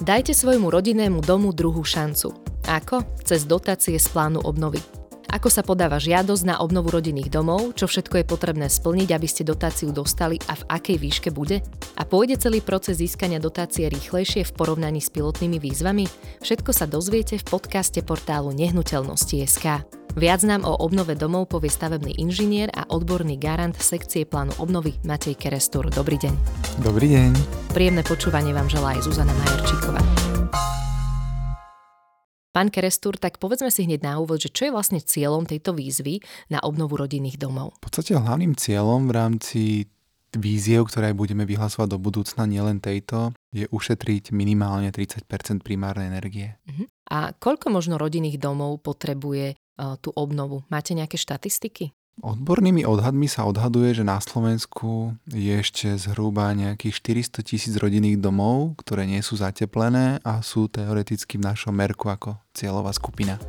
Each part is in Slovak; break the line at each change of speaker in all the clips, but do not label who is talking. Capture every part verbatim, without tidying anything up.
Dajte svojmu rodinnému domu druhú šancu. Ako? Cez dotácie z plánu obnovy. Ako sa podáva žiadosť na obnovu rodinných domov, čo všetko je potrebné splniť, aby ste dotáciu dostali a v akej výške bude? A pôjde celý proces získania dotácie rýchlejšie v porovnaní s pilotnými výzvami? Všetko sa dozviete v podcaste portálu nehnuteľnosti bodka es ká. Viac nám o obnove domov povie stavebný inžinier a odborný garant sekcie plánu obnovy Matej Kerestur. Dobrý deň.
Dobrý deň.
Príjemné počúvanie vám želá aj Zuzana Majerčíková. Pán Kerestur, tak povedzme si hneď na úvod, že čo je vlastne cieľom tejto výzvy na obnovu rodinných domov?
V podstate hlavným cieľom v rámci víziev, ktoré budeme vyhlasovať do budúcna, nielen tejto, je ušetriť minimálne tridsať percent primárnej energie.
Uh-huh. A koľko možno rodinných domov potrebuje uh, tú obnovu? Máte nejaké štatistiky?
Odbornými odhadmi sa odhaduje, že na Slovensku je ešte zhruba nejakých štyristo tisíc rodinných domov, ktoré nie sú zateplené a sú teoreticky v našom merku ako cieľová skupina.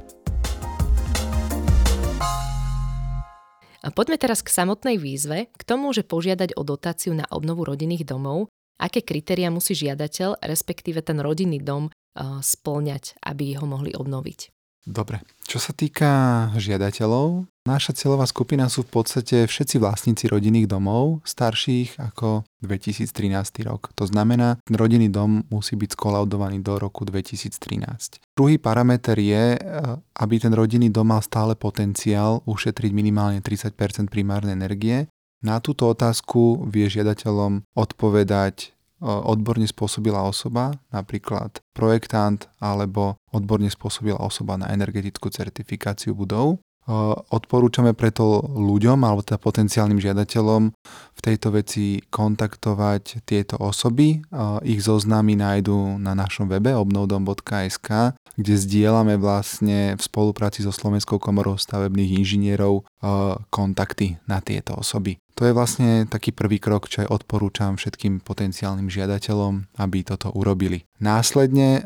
A poďme teraz k samotnej výzve. Kto môže požiadať o dotáciu na obnovu rodinných domov? Aké kritériá musí žiadateľ, respektíve ten rodinný dom, spĺňať, aby ho mohli obnoviť?
Dobre, čo sa týka žiadateľov, naša cieľová skupina sú v podstate všetci vlastníci rodinných domov starších ako dvetisíctrinásť rok. To znamená, ten rodinný dom musí byť skolaudovaný do roku dvetisíctrinásť. Druhý parameter je, aby ten rodinný dom mal stále potenciál ušetriť minimálne tridsať percent primárnej energie. Na túto otázku vie žiadateľom odpovedať odborne spôsobila osoba, napríklad projektant alebo odborne spôsobila osoba na energetickú certifikáciu budov. Odporúčame preto ľuďom alebo teda potenciálnym žiadateľom v tejto veci kontaktovať tieto osoby. Ich zoznamy nájdú na našom webe obnovdom bodka es ká, kde zdieľame vlastne v spolupráci so Slovenskou komorou stavebných inžinierov kontakty na tieto osoby. To je vlastne taký prvý krok, čo aj odporúčam všetkým potenciálnym žiadateľom, aby toto urobili. Následne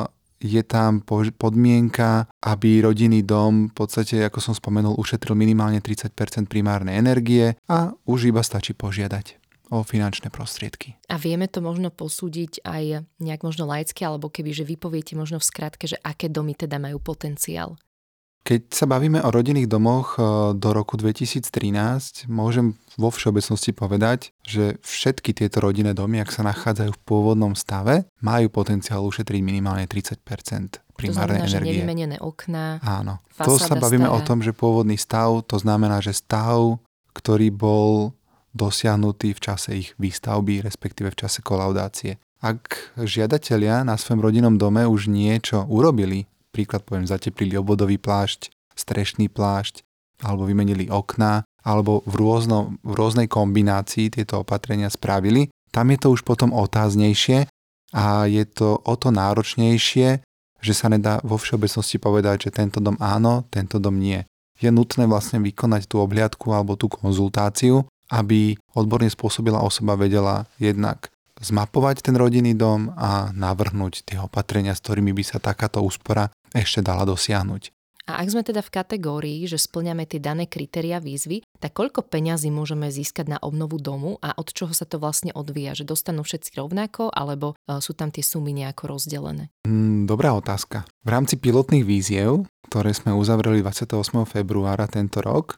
je tam podmienka, aby rodinný dom v podstate, ako som spomenul, ušetril minimálne tridsať percent primárnej energie a už iba stačí požiadať o finančné prostriedky.
A vieme to možno posúdiť aj nejak možno laicky, alebo keby, že vypoviete možno v skratke, že aké domy teda majú potenciál?
Keď sa bavíme o rodinných domoch do roku dvetisíctrinásť, môžem vo všeobecnosti povedať, že všetky tieto rodinné domy, ak sa nachádzajú v pôvodnom stave, majú potenciál ušetriť minimálne tridsať percent primárnej energie. To znamená,
že nevymenené okná.
Áno. To sa bavíme stará. O tom, že pôvodný stav, to znamená, že stav, ktorý bol dosiahnutý v čase ich výstavby, respektíve v čase kolaudácie. Ak žiadatelia na svojom rodinnom dome už niečo urobili, príklad poviem, zateplili obvodový plášť, strešný plášť, alebo vymenili okná, alebo v, rôzno, v rôznej kombinácii tieto opatrenia spravili. Tam je to už potom otáznejšie a je to o to náročnejšie, že sa nedá vo všeobecnosti povedať, že tento dom áno, tento dom nie. Je nutné vlastne vykonať tú obhliadku alebo tú konzultáciu, aby odborne spôsobila osoba vedela jednak zmapovať ten rodinný dom a navrhnúť tie opatrenia, s ktorými by sa takáto úspora ešte dala dosiahnuť.
A ak sme teda v kategórii, že spĺňame tie dané kritériá výzvy, tak koľko peňazí môžeme získať na obnovu domu a od čoho sa to vlastne odvíja? Že dostanú všetci rovnako, alebo sú tam tie sumy nejako rozdelené?
Mm, dobrá otázka. V rámci pilotných výziev, ktoré sme uzavreli dvadsiateho ôsmeho februára tento rok,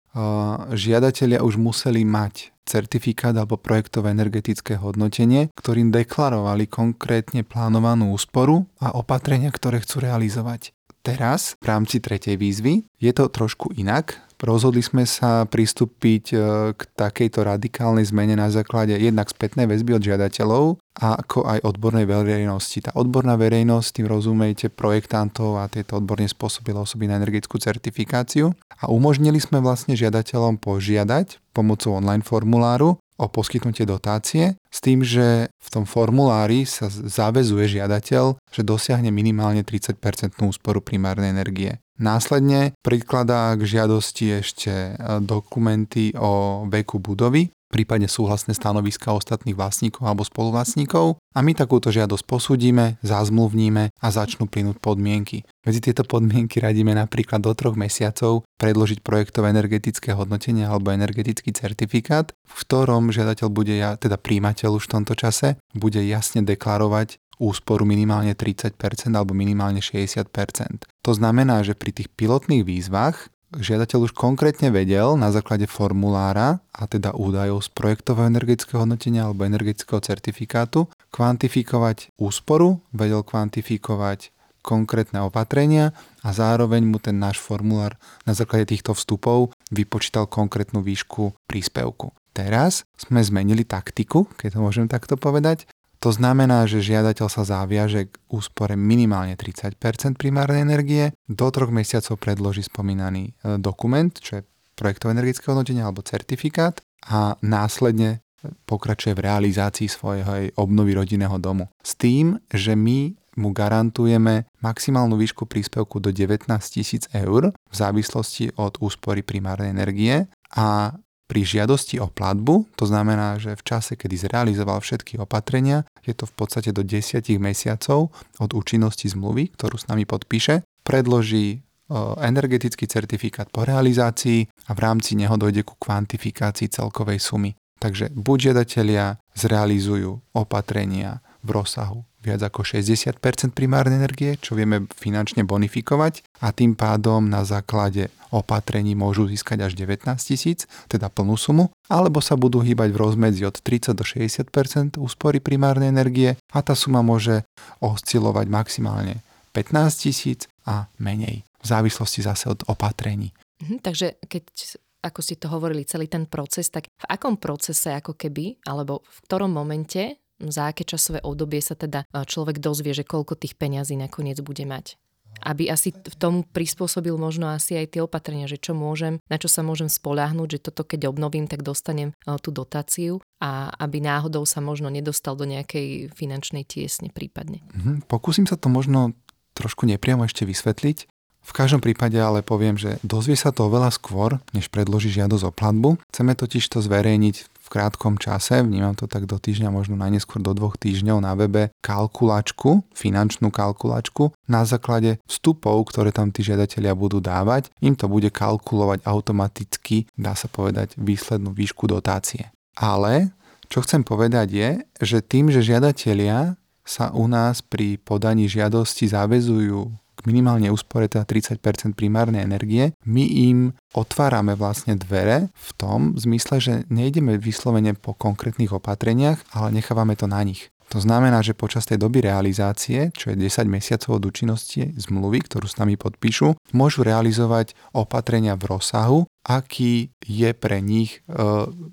žiadatelia už museli mať certifikát alebo projektové energetické hodnotenie, ktorým deklarovali konkrétne plánovanú úsporu a opatrenia, ktoré chcú realizovať. Teraz, v rámci tretej výzvy, je to trošku inak. Rozhodli sme sa pristúpiť k takejto radikálnej zmene na základe jednak spätnej väzby od žiadateľov, ako aj odbornej verejnosti. Tá odborná verejnosť, tým rozumejte projektantov a tieto odborne spôsobilé osoby na energetickú certifikáciu. A umožnili sme vlastne žiadateľom požiadať pomocou online formuláru o poskytnutie dotácie s tým, že v tom formulári sa zaväzuje žiadateľ, že dosiahne minimálne tridsať percent úsporu primárnej energie. Následne prikladá k žiadosti ešte dokumenty o veku budovy, prípadne súhlasné stanoviska ostatných vlastníkov alebo spoluvlastníkov a my takúto žiadosť posúdime, zazmluvníme a začnú plynúť podmienky. Medzi tieto podmienky radíme napríklad do troch mesiacov predložiť projektové energetické hodnotenie alebo energetický certifikát, v ktorom žiadateľ bude, teda príjimateľ už v tomto čase, bude jasne deklarovať úsporu minimálne tridsať percent alebo minimálne šesťdesiat percent. To znamená, že pri tých pilotných výzvach žiadateľ už konkrétne vedel na základe formulára a teda údajov z projektového energetického hodnotenia alebo energetického certifikátu kvantifikovať úsporu, vedel kvantifikovať konkrétne opatrenia a zároveň mu ten náš formulár na základe týchto vstupov vypočítal konkrétnu výšku príspevku. Teraz sme zmenili taktiku, keď to môžem takto povedať. To znamená, že žiadateľ sa zaviaže k úspore minimálne tridsať percent primárnej energie, do troch mesiacov predloží spomínaný dokument, čo je projektové energetické hodnotenie alebo certifikát a následne pokračuje v realizácii svojej obnovy rodinného domu. S tým, že my mu garantujeme maximálnu výšku príspevku do devätnásť tisíc eur v závislosti od úspory primárnej energie a pri žiadosti o platbu, to znamená, že v čase, kedy zrealizoval všetky opatrenia, je to v podstate do desať mesiacov od účinnosti zmluvy, ktorú s nami podpíše, predloží energetický certifikát po realizácii a v rámci neho dojde ku kvantifikácii celkovej sumy. Takže buď žiadatelia zrealizujú opatrenia v rozsahu viac ako šesťdesiat percent primárnej energie, čo vieme finančne bonifikovať a tým pádom na základe opatrení môžu získať až devätnásť tisíc, teda plnú sumu, alebo sa budú hýbať v rozmedzi od tridsať do šesťdesiat percent úspory primárnej energie a tá suma môže oscilovať maximálne pätnásť tisíc a menej, v závislosti zase od opatrení.
Mhm, takže keď, ako ste to hovorili, celý ten proces, tak v akom procese ako keby, alebo v ktorom momente, za aké časové obdobie sa teda človek dozvie, že koľko tých peňazí nakoniec bude mať? Aby asi v tomu prispôsobil možno asi aj tie opatrenia, že čo môžem, na čo sa môžem spoľahnúť, že toto keď obnovím, tak dostanem tú dotáciu a aby náhodou sa možno nedostal do nejakej finančnej tiesne prípadne.
Mhm, pokúsim sa to možno trošku nepriamo ešte vysvetliť. V každom prípade ale poviem, že dozvie sa to oveľa skôr, než predloží žiadosť o platbu. Chceme totiž to zverejniť v krátkom čase, vnímam to tak do týždňa, možno najneskôr do dvoch týždňov na webe, kalkulačku, finančnú kalkulačku. Na základe vstupov, ktoré tam tí žiadatelia budú dávať, im to bude kalkulovať automaticky, dá sa povedať, výslednú výšku dotácie. Ale čo chcem povedať je, že tým, že žiadatelia sa u nás pri podaní žiadosti zaväzujú k minimálne úspore teda tridsať percent primárnej energie, my im otvárame vlastne dvere v tom zmysle, že nejdeme vyslovene po konkrétnych opatreniach, ale nechávame to na nich. To znamená, že počas tej doby realizácie, čo je desať mesiacov od účinnosti zmluvy, ktorú s nami podpíšu, môžu realizovať opatrenia v rozsahu, aký je pre nich e,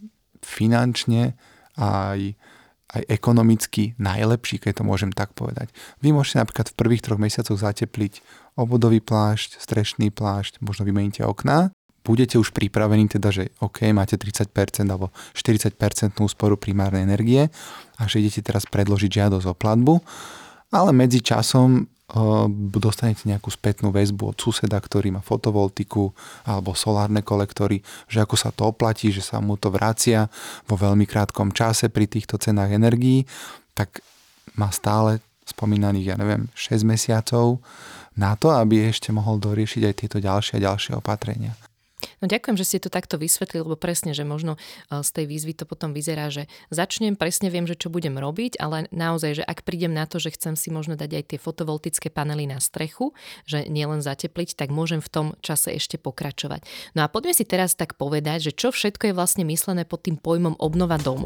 finančne aj aj ekonomicky najlepší, keď to môžem tak povedať. Vy môžete napríklad v prvých troch mesiacoch zatepliť obvodový plášť, strešný plášť, možno vymeníte okná. Budete už pripravení teda, že OK, máte tridsať percent alebo štyridsať percent úsporu primárnej energie a že idete teraz predložiť žiadosť o platbu, ale medzi časom dostanete nejakú spätnú väzbu od suseda, ktorý má fotovoltiku alebo solárne kolektory, že ako sa to oplatí, že sa mu to vracia vo veľmi krátkom čase pri týchto cenách energií, tak má stále spomínaných, ja neviem, šesť mesiacov na to, aby ešte mohol doriešiť aj tieto ďalšie a ďalšie opatrenia.
No ďakujem, že ste to takto vysvetlili, lebo presne, že možno z tej výzvy to potom vyzerá, že začnem, presne viem, že čo budem robiť, ale naozaj, že ak prídem na to, že chcem si možno dať aj tie fotovoltické panely na strechu, že nielen zatepliť, tak môžem v tom čase ešte pokračovať. No a poďme si teraz tak povedať, že čo všetko je vlastne myslené pod tým pojmom obnova domu.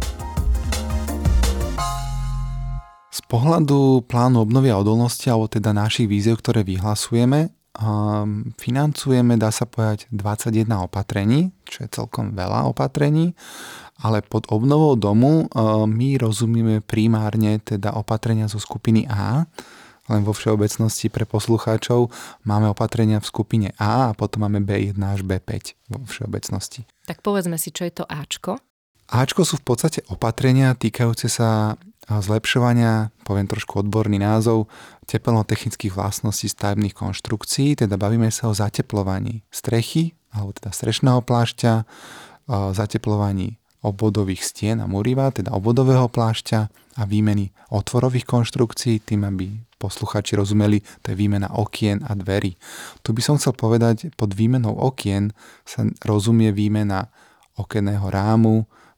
Z pohľadu plánu obnovy a odolnosti, alebo teda našich víziev, ktoré vyhlasujeme, Um, financujeme, dá sa povedať, dvadsaťjeden opatrení, čo je celkom veľa opatrení, ale pod obnovou domu um, my rozumieme primárne teda opatrenia zo skupiny A, len vo všeobecnosti pre poslucháčov máme opatrenia v skupine A a potom máme bé jeden až bé päť vo všeobecnosti.
Tak povedzme si, čo je to Ačko?
Ačko sú v podstate opatrenia týkajúce sa zlepšovania, poviem trošku odborný názov, tepelno-technických vlastností stavebných konštrukcií, teda bavíme sa o zateplovaní strechy, alebo teda strešného plášťa, zateplovaní obvodových stien a múriva, teda obvodového plášťa a výmeny otvorových konštrukcií, tým aby poslucháči rozumeli, to je výmena okien a dverí. Tu by som chcel povedať, pod výmenou okien sa rozumie výmena okenného rámu,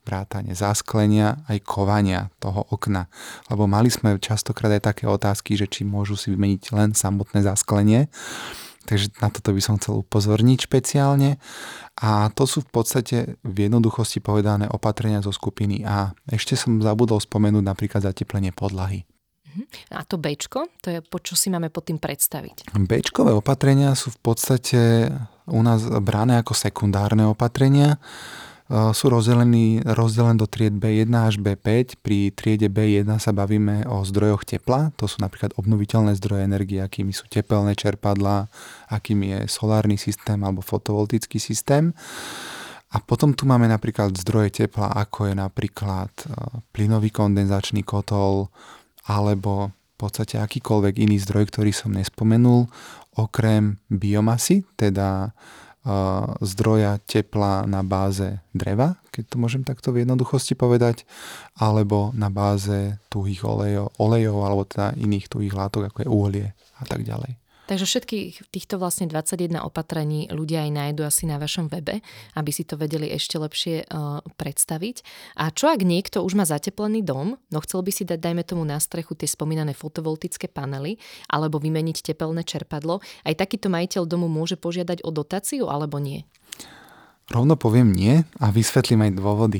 vrátane zasklenia, aj kovania toho okna. Lebo mali sme častokrát aj také otázky, že či môžu si vymeniť len samotné zasklenie. Takže na toto by som chcel upozorniť špeciálne. A to sú v podstate v jednoduchosti povedané opatrenia zo skupiny A. Ešte som zabudol spomenúť napríklad zateplenie podlahy.
A to Bčko, to je, po čo si máme pod tým predstaviť?
Bčkové opatrenia sú v podstate u nás brané ako sekundárne opatrenia. Sú rozdelené, rozdelené do tried bé jeden až bé päť. Pri triede bé jeden sa bavíme o zdrojoch tepla. To sú napríklad obnoviteľné zdroje energie, akými sú tepelné čerpadlá, akým je solárny systém alebo fotovoltický systém. A potom tu máme napríklad zdroje tepla, ako je napríklad plynový kondenzačný kotol, alebo v podstate akýkoľvek iný zdroj, ktorý som nespomenul, okrem biomasy, teda uh, zdroja tepla na báze dreva, keď to môžem takto v jednoduchosti povedať, alebo na báze tuhých olejov, olejov alebo teda iných tuhých látok, ako je uhlie a tak ďalej.
Takže všetkých týchto vlastne dvadsaťjeden opatrení ľudia aj nájdu asi na vašom webe, aby si to vedeli ešte lepšie uh, predstaviť. A čo ak niekto už má zateplený dom, no chcel by si dať, dajme tomu na strechu tie spomínané fotovoltické panely alebo vymeniť tepelné čerpadlo, aj takýto majiteľ domu môže požiadať o dotáciu alebo nie?
Rovno poviem nie a vysvetlím aj dôvody.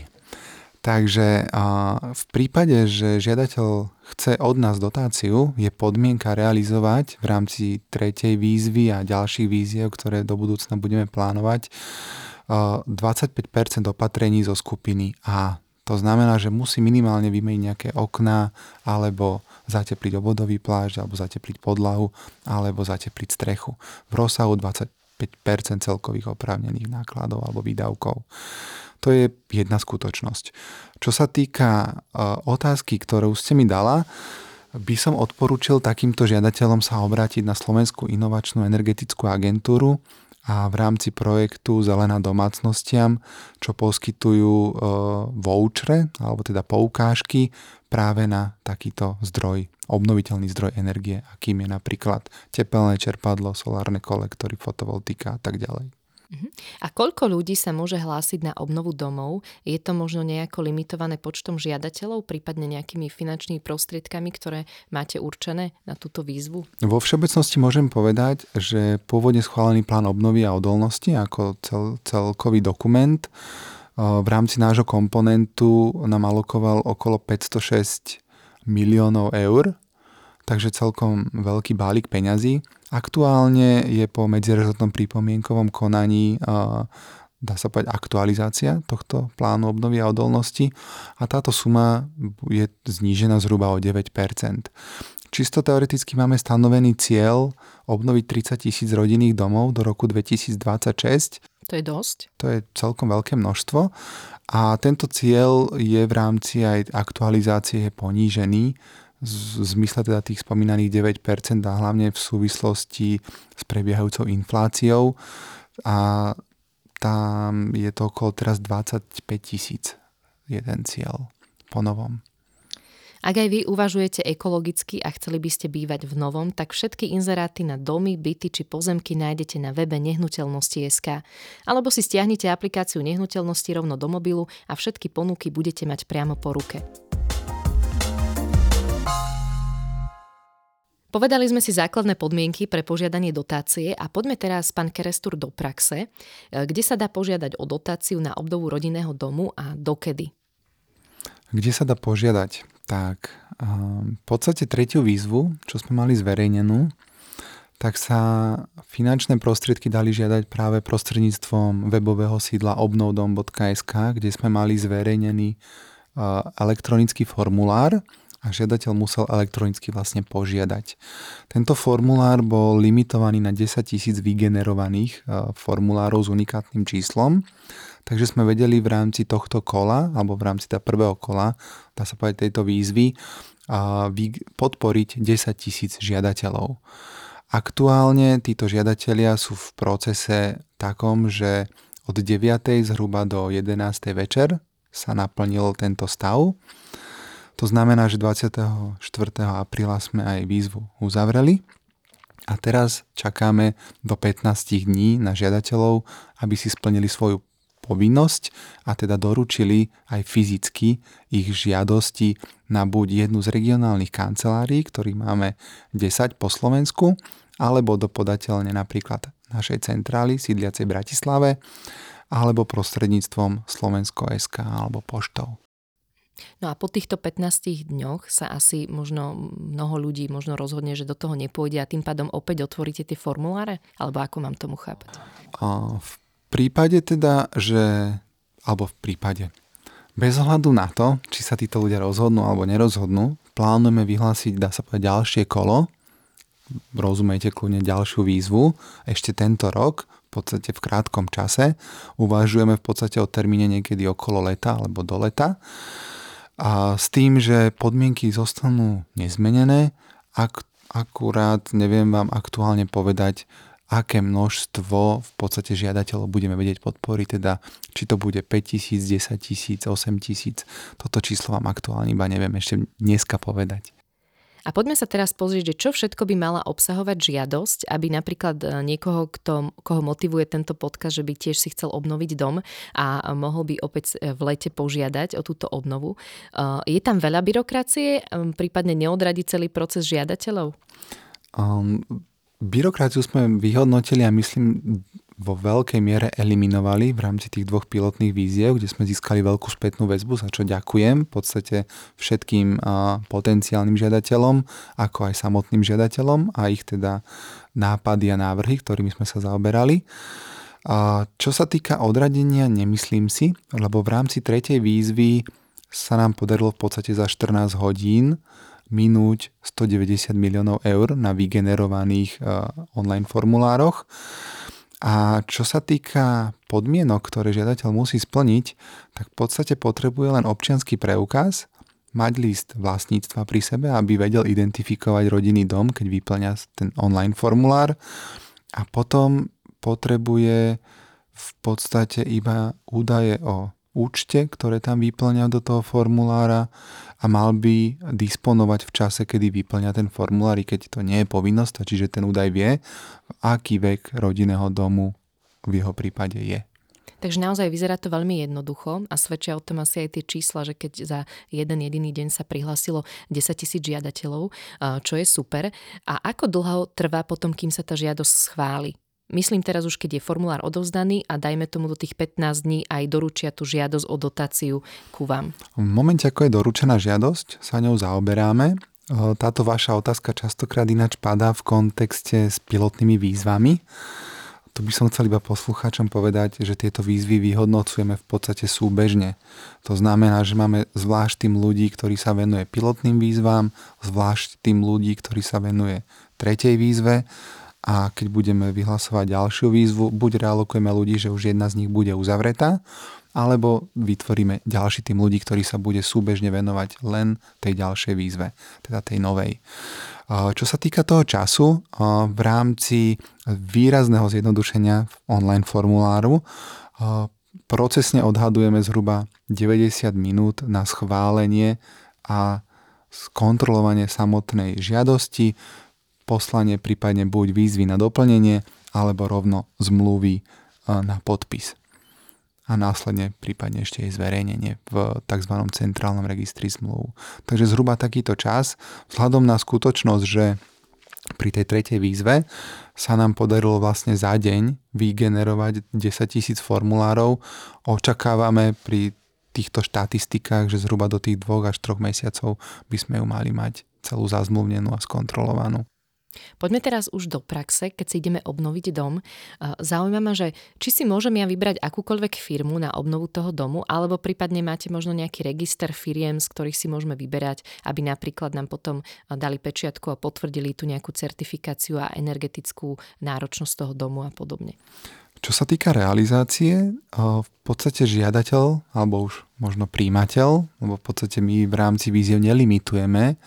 Takže v prípade, že žiadateľ chce od nás dotáciu, je podmienka realizovať v rámci tretej výzvy a ďalších výziev, ktoré do budúcna budeme plánovať, dvadsaťpäť percent opatrení zo skupiny A. To znamená, že musí minimálne vymeniť nejaké okná, alebo zatepliť obvodový plášť, alebo zatepliť podlahu, alebo zatepliť strechu. V rozsahu dvadsaťpäť percent celkových oprávnených nákladov alebo výdavkov. To je jedna skutočnosť. Čo sa týka otázky, ktorú ste mi dala, by som odporúčil takýmto žiadateľom sa obrátiť na Slovenskú inovačnú energetickú agentúru a v rámci projektu Zelená domácnostiam, čo poskytujú vouchere, alebo teda poukážky práve na takýto zdroj, obnoviteľný zdroj energie, akým je napríklad tepelné čerpadlo, solárne kolektory, fotovoltika a tak ďalej.
A koľko ľudí sa môže hlásiť na obnovu domov? Je to možno nejako limitované počtom žiadateľov, prípadne nejakými finančnými prostriedkami, ktoré máte určené na túto výzvu?
Vo všeobecnosti môžem povedať, že pôvodne schválený plán obnovy a odolnosti ako cel, celkový dokument v rámci nášho komponentu nám alokoval okolo päťstošesť miliónov eur, takže celkom veľký balík peňazí. Aktuálne je po medzirezortnom pripomienkovom konaní, dá sa povedať, aktualizácia tohto plánu obnovy a odolnosti a táto suma je znížená zhruba o deväť percent. Čisto teoreticky máme stanovený cieľ obnoviť tridsať tisíc rodinných domov do roku dvetisícdvadsaťšesť.
To je dosť.
To je celkom veľké množstvo a tento cieľ je v rámci aj aktualizácie ponížený v zmysle teda tých spomínaných deväť percent a hlavne v súvislosti s prebiehajúcou infláciou a tam je to okolo teraz dvadsaťpäť tisíc jeden cieľ po novom.
Ak aj vy uvažujete ekologicky a chceli by ste bývať v novom, tak všetky inzeráty na domy, byty či pozemky nájdete na webe nehnuteľnosti bodka es ká. Alebo si stiahnite aplikáciu nehnuteľnosti rovno do mobilu a všetky ponuky budete mať priamo po ruke. Povedali sme si základné podmienky pre požiadanie dotácie a poďme teraz, pán Kerestur, do praxe, kde sa dá požiadať o dotáciu na obnovu rodinného domu a dokedy?
Kde sa dá požiadať? Tak v podstate tretiu výzvu, čo sme mali zverejnenú, tak sa finančné prostriedky dali žiadať práve prostredníctvom webového sídla obnovdom bodka es ká, kde sme mali zverejnený elektronický formulár, a žiadateľ musel elektronicky vlastne požiadať. Tento formulár bol limitovaný na desaťtisíc vygenerovaných formulárov s unikátnym číslom, takže sme vedeli v rámci tohto kola, alebo v rámci tá prvého kola, dá sa povedať tejto výzvy, podporiť desaťtisíc žiadateľov. Aktuálne títo žiadatelia sú v procese takom, že od deviatej zhruba do jedenástej večer sa naplnil tento stav. To znamená, že dvadsiateho štvrtého apríla sme aj výzvu uzavreli a teraz čakáme do pätnásť dní na žiadateľov, aby si splnili svoju povinnosť a teda doručili aj fyzicky ich žiadosti na buď jednu z regionálnych kancelárií, ktorých máme desať po Slovensku, alebo do podateľne napríklad našej centrály sídliacej v Bratislave, alebo prostredníctvom Slovensko bodka es ká alebo poštou.
No a po týchto pätnástich dňoch sa asi možno mnoho ľudí možno rozhodne, že do toho nepôjde a tým pádom opäť otvoríte tie formuláre? Alebo ako mám tomu chápať?
V prípade teda, že... Alebo v prípade. Bez ohľadu na to, či sa títo ľudia rozhodnú alebo nerozhodnú, plánujeme vyhlásiť, dá sa povedať, ďalšie kolo. Rozumejte kľudne ďalšiu výzvu. Ešte tento rok, v podstate v krátkom čase. Uvažujeme v podstate o termíne niekedy okolo leta alebo do leta. A s tým, že podmienky zostanú nezmenené, ak, akurát neviem vám aktuálne povedať, aké množstvo v podstate žiadateľov budeme vedieť podporiť, teda či to bude päť tisíc, desať tisíc, osem tisíc. Toto číslo vám aktuálne iba neviem ešte dneska povedať.
A poďme sa teraz pozrieť, že čo všetko by mala obsahovať žiadosť, aby napríklad niekoho, kto, koho motivuje tento podcast, že by tiež si chcel obnoviť dom a mohol by opäť v lete požiadať o túto obnovu. Je tam veľa byrokracie, prípadne neodradí celý proces žiadateľov?
Um, byrokraciu sme vyhodnotili a myslím vo veľkej miere eliminovali v rámci tých dvoch pilotných víziev, kde sme získali veľkú spätnú väzbu, za čo ďakujem v podstate všetkým potenciálnym žiadateľom, ako aj samotným žiadateľom a ich teda nápady a návrhy, ktorými sme sa zaoberali. A čo sa týka odradenia, nemyslím si, lebo v rámci tretej výzvy sa nám podarilo v podstate za štrnásť hodín minúť stodeväťdesiat miliónov eur na vygenerovaných online formulároch. A čo sa týka podmienok, ktoré žiadateľ musí splniť, tak v podstate potrebuje len občiansky preukaz, mať list vlastníctva pri sebe, aby vedel identifikovať rodinný dom, keď vyplňa ten online formulár. A potom potrebuje v podstate iba údaje o účte, ktoré tam vyplňa do toho formulára a mal by disponovať v čase, kedy vyplňa ten formulár, keď to nie je povinnosť, čiže ten údaj vie, aký vek rodinného domu v jeho prípade je.
Takže naozaj vyzerá to veľmi jednoducho a svedčia o tom asi aj tie čísla, že keď za jeden jediný deň sa prihlásilo desaťtisíc žiadateľov, čo je super. A ako dlho trvá potom, kým sa tá žiadosť schváli? Myslím teraz už, keď je formulár odovzdaný a dajme tomu do tých pätnásť dní aj doručia tú žiadosť o dotáciu ku vám.
V momente, ako je doručená žiadosť, sa ňou zaoberáme. Táto vaša otázka častokrát ináč padá v kontexte s pilotnými výzvami. Tu by som chcel iba poslucháčom povedať, že tieto výzvy vyhodnocujeme v podstate súbežne. To znamená, že máme zvlášť tým ľudí, ktorí sa venuje pilotným výzvam, zvlášť tým ľudí, ktorí sa venuje tretej výzve. A keď budeme vyhlasovať ďalšiu výzvu, buď realokujeme ľudí, že už jedna z nich bude uzavretá, alebo vytvoríme ďalší tým ľudí, ktorí sa bude súbežne venovať len tej ďalšej výzve, teda tej novej. Čo sa týka toho času, v rámci výrazného zjednodušenia v online formuláru procesne odhadujeme zhruba deväťdesiat minút na schválenie a skontrolovanie samotnej žiadosti, poslanie prípadne buď výzvy na doplnenie, alebo rovno zmluvy na podpis. A následne prípadne ešte aj zverejnenie v tzv. Centrálnom registri zmluv. Takže zhruba takýto čas, vzhľadom na skutočnosť, že pri tej tretej výzve sa nám podarilo vlastne za deň vygenerovať desaťtisíc formulárov, očakávame pri týchto štatistikách, že zhruba do tých dvoch až troch mesiacov by sme ju mali mať celú zazmluvnenú a skontrolovanú.
Poďme teraz už do praxe, keď si ideme obnoviť dom. Zaujíma ma, že či si môžem ja vybrať akúkoľvek firmu na obnovu toho domu, alebo prípadne máte možno nejaký register firiem, z ktorých si môžeme vyberať, aby napríklad nám potom dali pečiatku a potvrdili tú nejakú certifikáciu a energetickú náročnosť toho domu a podobne.
Čo sa týka realizácie, v podstate žiadateľ, alebo už možno príjimateľ, lebo v podstate my v rámci víziev nelimitujeme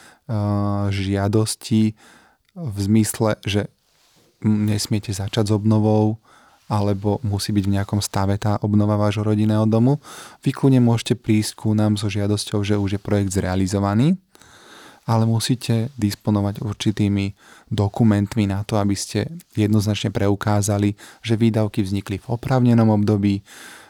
žiadosti v zmysle, že nesmiete začať s obnovou alebo musí byť v nejakom stave tá obnova vášho rodinného domu. Vy kľudne môžete prísť ku nám so žiadosťou, že už je projekt zrealizovaný, ale musíte disponovať určitými dokumentmi na to, aby ste jednoznačne preukázali, že výdavky vznikli v oprávnenom období,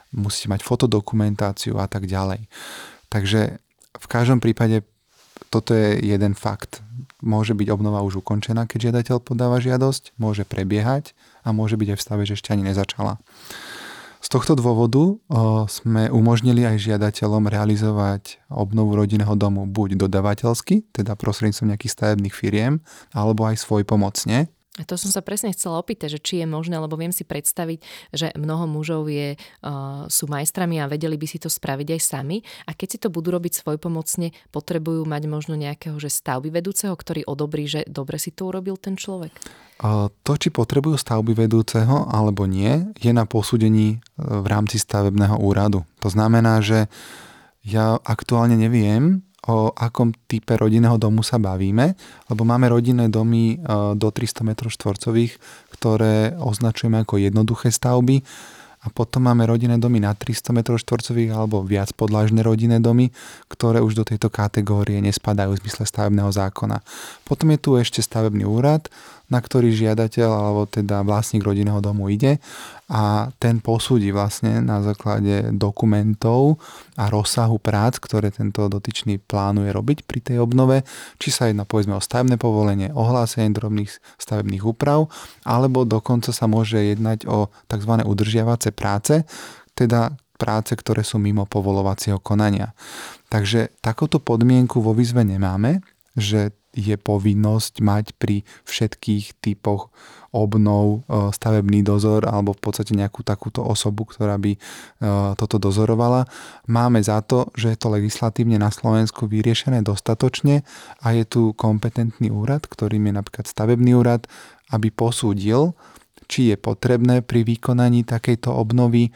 musíte mať fotodokumentáciu a tak ďalej. Takže v každom prípade toto je jeden fakt. Môže byť obnova už ukončená, keď žiadateľ podáva žiadosť, môže prebiehať a môže byť aj v stave, že ešte ani nezačala. Z tohto dôvodu o, sme umožnili aj žiadateľom realizovať obnovu rodinného domu buď dodavateľsky, teda prostredníctvom nejakých stavebných firiem, alebo aj svojpomocne.
A to som sa presne chcela opýtať, že či je možné, lebo viem si predstaviť, že mnoho mužov je, uh, sú majstrami a vedeli by si to spraviť aj sami. A keď si to budú robiť svojpomocne, potrebujú mať možno nejakého že stavby vedúceho, ktorý odobrí, že dobre si to urobil ten človek?
To, či potrebujú stavby vedúceho alebo nie, je na posúdení v rámci stavebného úradu. To znamená, že ja aktuálne neviem, o akom type rodinného domu sa bavíme, lebo máme rodinné domy do tristo metrov štvorcových, ktoré označujeme ako jednoduché stavby, a potom máme rodinné domy na tristo metrov štvorcových alebo viac podlažné rodinné domy, ktoré už do tejto kategórie nespadajú v zmysle stavebného zákona. Potom je tu ešte stavebný úrad, na ktorý žiadateľ alebo teda vlastník rodinného domu ide a ten posúdi vlastne na základe dokumentov a rozsahu prác, ktoré tento dotyčný plánuje robiť pri tej obnove, či sa jedná povedzme o stavebné povolenie, ohlásenie drobných stavebných úprav, alebo dokonca sa môže jednať o tzv. Udržiavace práce, teda práce, ktoré sú mimo povolovacieho konania. Takže takúto podmienku vo výzve nemáme, že je povinnosť mať pri všetkých typoch obnov stavebný dozor alebo v podstate nejakú takúto osobu, ktorá by toto dozorovala. Máme za to, že je to legislatívne na Slovensku vyriešené dostatočne a je tu kompetentný úrad, ktorým je napríklad stavebný úrad, aby posúdil, či je potrebné pri vykonaní takejto obnovy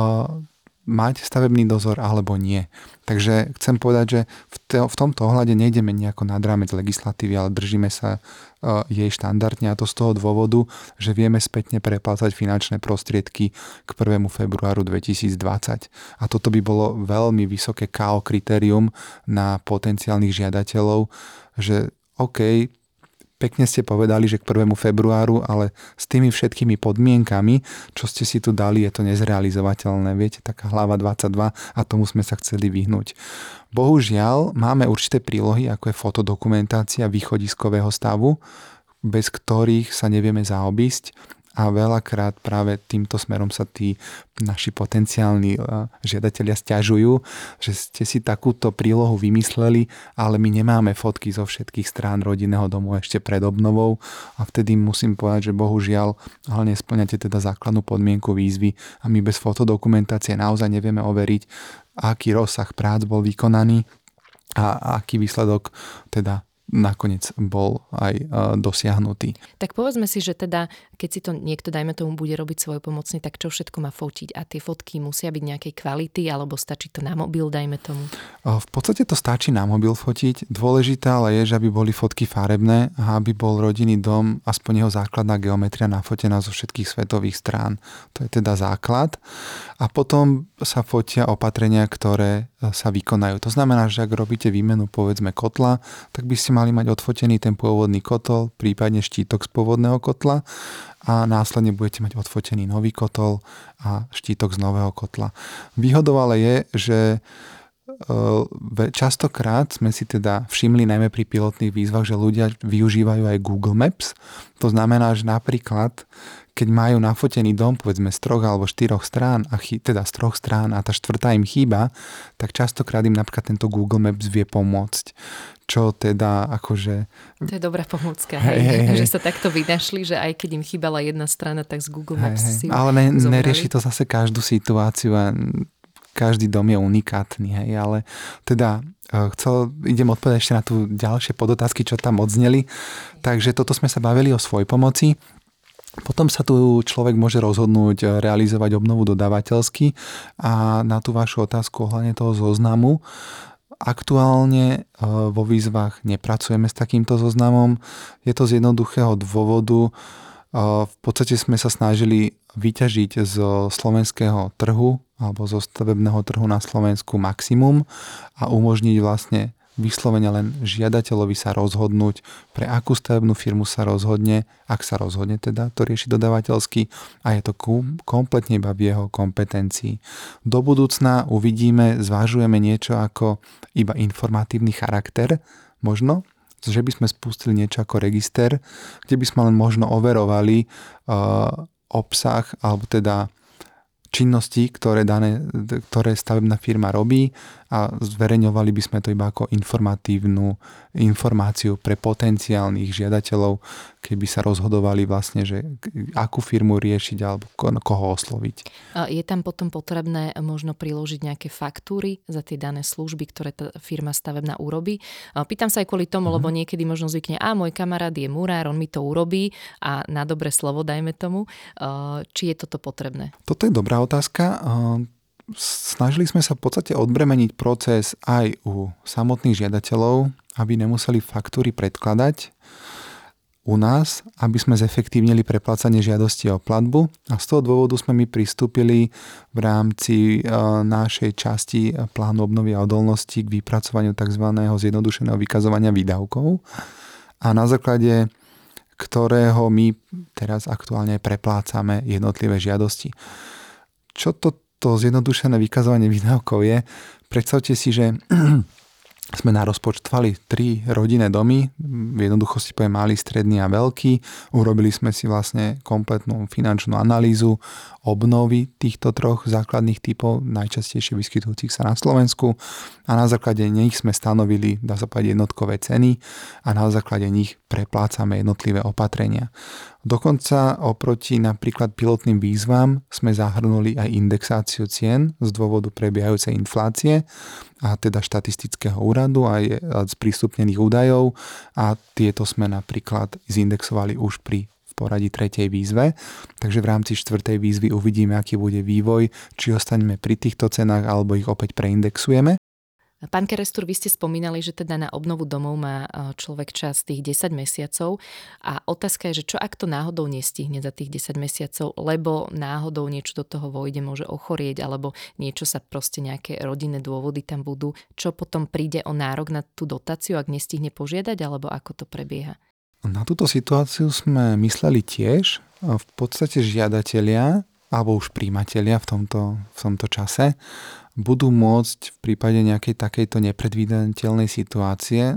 mať stavebný dozor alebo nie. Takže chcem povedať, že v, te, v tomto ohľade nejdeme nejako nad rámec legislatívy, ale držíme sa uh, jej štandardne, a to z toho dôvodu, že vieme spätne preplácať finančné prostriedky k prvému februáru dvetisícdvadsať. A toto by bolo veľmi vysoké ká ó kritérium na potenciálnych žiadateľov, že OK, pekne ste povedali, že k prvému februáru, ale s tými všetkými podmienkami, čo ste si tu dali, je to nezrealizovateľné. Viete, taká hlava dvadsaťdva, a tomu sme sa chceli vyhnúť. Bohužiaľ, máme určité prílohy, ako je fotodokumentácia východiskového stavu, bez ktorých sa nevieme zaobísť. A veľakrát práve týmto smerom sa tí naši potenciálni žiadatelia sťažujú, že ste si takúto prílohu vymysleli, ale my nemáme fotky zo všetkých strán rodinného domu ešte pred obnovou, a vtedy musím povedať, že bohužiaľ, ale nespĺňate teda základnú podmienku výzvy a my bez fotodokumentácie naozaj nevieme overiť, aký rozsah prác bol vykonaný a aký výsledok teda nakoniec bol aj dosiahnutý.
Tak povedzme si, že teda, keď si to niekto, dajme tomu, bude robiť svojpomocne, tak čo všetko má fotiť? A tie fotky musia byť nejakej kvality, alebo stačí to na mobil, dajme tomu?
V podstate to stačí na mobil fotiť. Dôležité ale je, že aby boli fotky farebné a aby bol rodinný dom, aspoň jeho základná geometria, nafotená zo všetkých svetových strán. To je teda základ. A potom sa fotia opatrenia, ktoré sa vykonajú. To znamená, že ak robíte výmenu povedzme kotla, tak by ste mali mať odfotený ten pôvodný kotol, prípadne štítok z pôvodného kotla, a následne budete mať odfotený nový kotol a štítok z nového kotla. Výhodou ale je, že častokrát sme si teda všimli najmä pri pilotných výzvach, že ľudia využívajú aj Google Maps. To znamená, že napríklad keď majú nafotený dom, povedzme z troch alebo štyroch strán, a chy, teda z troch strán a tá štvrtá im chýba, tak častokrát im napríklad tento Google Maps vie pomôcť. Čo teda akože...
To je dobrá pomôcka, hej, hej, hej. Že sa takto vynašli, že aj keď im chýbala jedna strana, tak z Google Maps hej, si
ale ne, nerieši to zase každú situáciu a každý dom je unikátny, hej, ale teda chcel, idem odpovedať ešte na tú ďalšie podotázky, čo tam odzneli. Takže toto sme sa bavili o svojpomoci. Potom sa tu človek môže rozhodnúť realizovať obnovu dodávateľsky, a na tú vašu otázku ohľadne toho zoznamu. Aktuálne vo výzvach nepracujeme s takýmto zoznamom. Je to z jednoduchého dôvodu. V podstate sme sa snažili vyťažiť zo slovenského trhu alebo zo stavebného trhu na Slovensku maximum a umožniť vlastne vyslovene len žiadateľovi sa rozhodnúť, pre akú stavebnú firmu sa rozhodne, ak sa rozhodne teda to rieši dodavateľsky, a je to kompletne iba v jeho kompetencii. Do budúcna uvidíme, zvažujeme niečo ako iba informatívny charakter, možno, že by sme spustili niečo ako register, kde by sme len možno overovali uh, obsah alebo teda činnosti, ktoré, dané, ktoré stavebná firma robí, a zverejňovali by sme to iba ako informatívnu informáciu pre potenciálnych žiadateľov, keby sa rozhodovali vlastne, že akú firmu riešiť alebo koho osloviť.
Je tam potom potrebné možno priložiť nejaké faktúry za tie dané služby, ktoré tá firma stavebná urobí? Pýtam sa aj kvôli tomu, mm. lebo niekedy možno zvykne, a môj kamarát je murár, on mi to urobí, a na dobré slovo dajme tomu. Či je toto potrebné? Toto
je dobrá otázka. Snažili sme sa v podstate odbremeniť proces aj u samotných žiadateľov, aby nemuseli faktúry predkladať u nás, aby sme zefektívnili preplácanie žiadosti o platbu, a z toho dôvodu sme my pristúpili v rámci našej časti plánu obnovy a odolnosti k vypracovaniu tzv. Zjednodušeného vykazovania výdavkov, a na základe ktorého my teraz aktuálne preplácame jednotlivé žiadosti. Čo to To zjednodušené vykazovanie výdavkov je? Predstavte si, že sme narozpočtovali tri rodinné domy, v jednoduchosti poviem malý, stredný a veľký. Urobili sme si vlastne kompletnú finančnú analýzu obnovy týchto troch základných typov, najčastejšie vyskytujúcich sa na Slovensku, a na základe nich sme stanovili, dá sa povedať, jednotkové ceny, a na základe nich preplácame jednotlivé opatrenia. Dokonca oproti napríklad pilotným výzvam sme zahrnuli aj indexáciu cien z dôvodu prebiehajúcej inflácie, a teda štatistického úradu aj z prístupnených údajov, a tieto sme napríklad zindexovali už pri poradí tretej výzve. Takže v rámci štvrtej výzvy uvidíme, aký bude vývoj, či ostaneme pri týchto cenách alebo ich opäť preindexujeme.
Pán Kerestur, vy ste spomínali, že teda na obnovu domov má človek čas tých desať mesiacov, a otázka je, že čo ak to náhodou nestihne za tých desať mesiacov, lebo náhodou niečo do toho vojde, môže ochorieť, alebo niečo sa proste, nejaké rodinné dôvody tam budú. Čo potom príde o nárok na tú dotáciu, ak nestihne požiadať, alebo ako to prebieha?
Na túto situáciu sme mysleli tiež. V podstate žiadatelia alebo už príjmatelia v tomto, v tomto čase budú môcť v prípade nejakej takejto nepredvídateľnej situácie,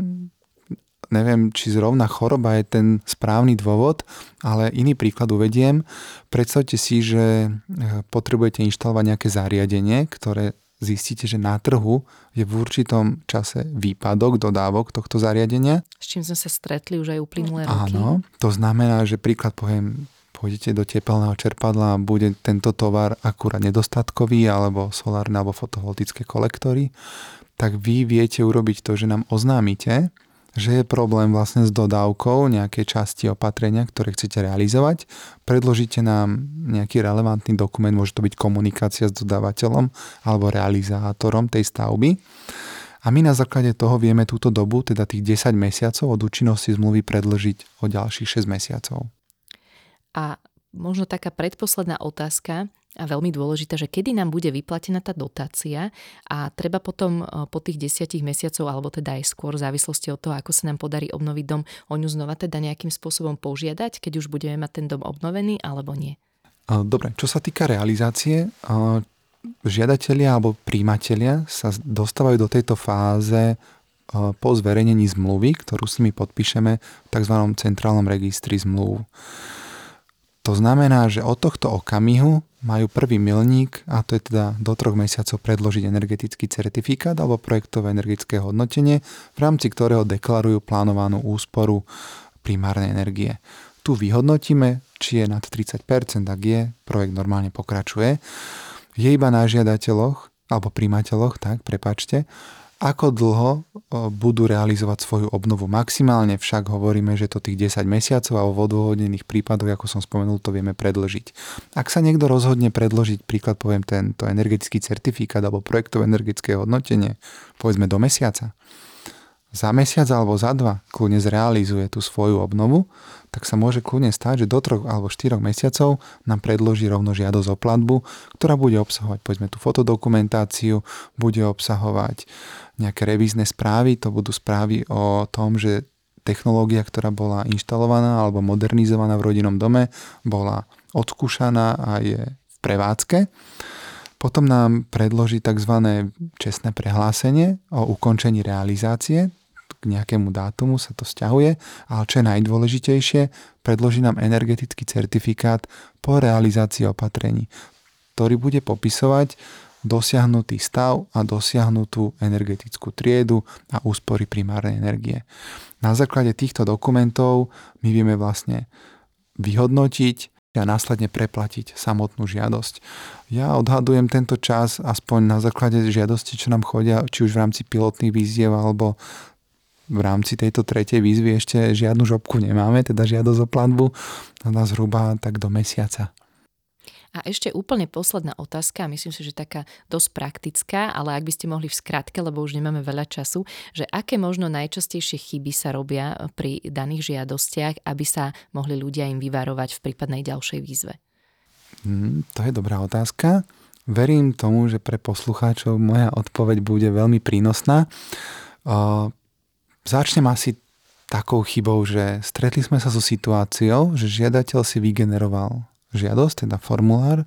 neviem, či zrovna choroba je ten správny dôvod, ale iný príklad uvediem. Predstavte si, že potrebujete inštalovať nejaké zariadenie, ktoré zistíte, že na trhu je v určitom čase výpadok dodávok tohto zariadenia.
S čím sme sa stretli už aj uplynulé roky.
Áno, to znamená, že príklad poviem, pôjdete do tepelného čerpadla a bude tento tovar akurát nedostatkový, alebo solárne alebo fotovoltické kolektory, tak vy viete urobiť to, že nám oznámite, že je problém vlastne s dodávkou nejakej časti opatrenia, ktoré chcete realizovať. Predložíte nám nejaký relevantný dokument, môže to byť komunikácia s dodávateľom alebo realizátorom tej stavby. A my na základe toho vieme túto dobu, teda tých desať mesiacov od účinnosti zmluvy, predĺžiť o ďalších šesť mesiacov.
A možno taká predposledná otázka, a veľmi dôležitá, že kedy nám bude vyplatená tá dotácia, a treba potom po tých desiatich mesiacov, alebo teda aj skôr v závislosti od toho, ako sa nám podarí obnoviť dom, o ňu znova teda nejakým spôsobom požiadať, keď už budeme mať ten dom obnovený, alebo nie?
Dobre, čo sa týka realizácie, žiadatelia alebo príjmatelia sa dostávajú do tejto fáze po zverejnení zmluvy, ktorú s nimi podpíšeme v tzv. Centrálnom registri zmluv. To znamená, že od tohto okamihu majú prvý milník, a to je teda do troch mesiacov, predložiť energetický certifikát alebo projektové energetické hodnotenie, v rámci ktorého deklarujú plánovanú úsporu primárnej energie. Tu vyhodnotíme, či je nad tridsať percent, ak je, projekt normálne pokračuje. Je iba na žiadateľoch alebo prijímateľoch, tak, prepáčte, ako dlho budú realizovať svoju obnovu. Maximálne však hovoríme, že to tých desať mesiacov, a vo odôvodnených prípadoch, ako som spomenul, to vieme predĺžiť. Ak sa niekto rozhodne predĺžiť, príklad poviem tento energetický certifikát alebo projektové energetické hodnotenie, povedzme do mesiaca, za mesiac alebo za dva kľudne zrealizuje tú svoju obnovu, tak sa môže kľudne stať, že do troch alebo štyroch mesiacov nám predloží rovno žiadosť o platbu, ktorá bude obsahovať povedzme tú fotodokumentáciu, bude obsahovať nejaké revízne správy, to budú správy o tom, že technológia, ktorá bola inštalovaná alebo modernizovaná v rodinnom dome, bola odskúšaná a je v prevádzke. Potom nám predloží tzv. Čestné prehlásenie o ukončení realizácie. K nejakému dátumu sa to vzťahuje, ale čo je najdôležitejšie, predloží nám energetický certifikát po realizácii opatrení, ktorý bude popisovať dosiahnutý stav a dosiahnutú energetickú triedu a úspory primárnej energie. Na základe týchto dokumentov my vieme vlastne vyhodnotiť a následne preplatiť samotnú žiadosť. Ja odhadujem tento čas aspoň na základe žiadosti, čo nám chodia, či už v rámci pilotných výziev alebo v rámci tejto tretej výzvy ešte žiadnu žobku nemáme, teda žiadosť o platbu, na zhruba tak do mesiaca.
A ešte úplne posledná otázka, myslím si, že taká dosť praktická, ale ak by ste mohli v skratke, lebo už nemáme veľa času, že aké možno najčastejšie chyby sa robia pri daných žiadostiach, aby sa mohli ľudia im vyvarovať v prípadnej ďalšej výzve?
Hmm, to je dobrá otázka. Verím tomu, že pre poslucháčov moja odpoveď bude veľmi prínosná. Uh, Začnem asi takou chybou, že stretli sme sa so situáciou, že žiadateľ si vygeneroval žiadosť, teda formulár,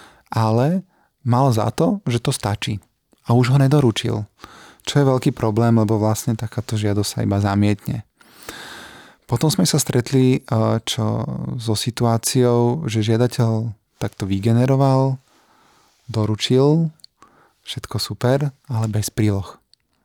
ale mal za to, že to stačí a už ho nedoručil. Čo je veľký problém, lebo vlastne takáto žiadosť sa iba zamietne. Potom sme sa stretli čo, so situáciou, že žiadateľ takto vygeneroval, doručil, všetko super, ale bez príloh.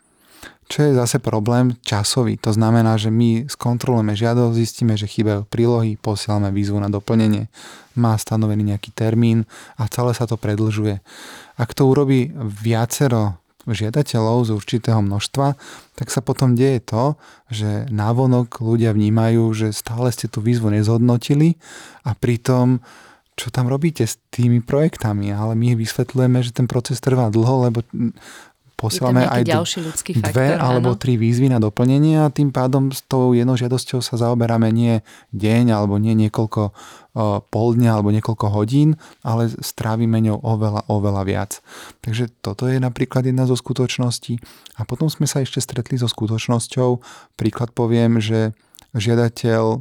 Čo je zase problém časový. To znamená, že my skontrolujeme žiadosť, zistíme, že chýbajú prílohy, posielame výzvu na doplnenie, má stanovený nejaký termín a celé sa to predĺžuje. Ak to urobí viacero žiadateľov z určitého množstva, tak sa potom deje to, že návonok ľudia vnímajú, že stále ste tú výzvu nezhodnotili a pritom čo tam robíte s tými projektami, ale my vysvetľujeme, že ten proces trvá dlho, lebo posielame aj dve alebo áno. tri výzvy na doplnenie a tým pádom s tou jednou žiadosťou sa zaoberáme nie deň alebo nie niekoľko uh, pol dňa alebo niekoľko hodín, ale strávime ňou oveľa, oveľa viac. Takže toto je napríklad jedna zo skutočností. A potom sme sa ešte stretli so skutočnosťou. Príklad poviem, že žiadateľ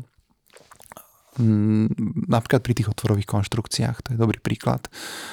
m, napríklad pri tých otvorových konštrukciách, to je dobrý príklad,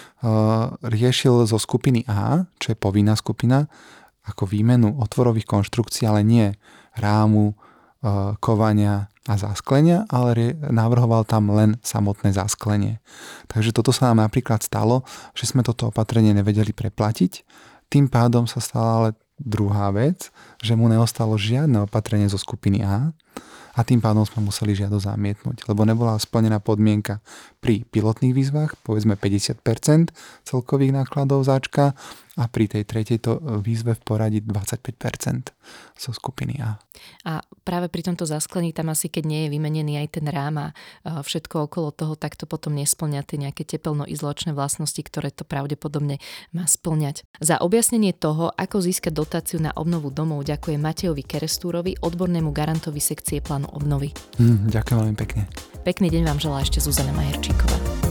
riešil zo skupiny A, čo je povinná skupina, ako výmenu otvorových konštrukcií, ale nie rámu, kovania a zasklenia, ale navrhoval tam len samotné zasklenie. Takže toto sa nám napríklad stalo, že sme toto opatrenie nevedeli preplatiť. Tým pádom sa stala ale druhá vec, že mu neostalo žiadne opatrenie zo skupiny A a tým pádom sme museli žiadosť zamietnúť, lebo nebola splnená podmienka pri pilotných výzvach, povedzme päťdesiat percent celkových nákladov záčka a pri tej tretej výzve v poradí dvadsaťpäť percent zo skupiny A.
A práve pri tomto zasklení tam asi, keď nie je vymenený aj ten rám a všetko okolo toho, tak to potom nespĺňa tie nejaké tepelnoizolačné vlastnosti, ktoré to pravdepodobne má spĺňať. Za objasnenie toho, ako získať dotáciu na obnovu domov, ďakujem Matejovi Kerestúrovi, odbornému garantovi sekcie plánu obnovy.
Mm, ďakujem veľmi pekne.
Pekný deň vám želá ešte Zuzana Majerčíková.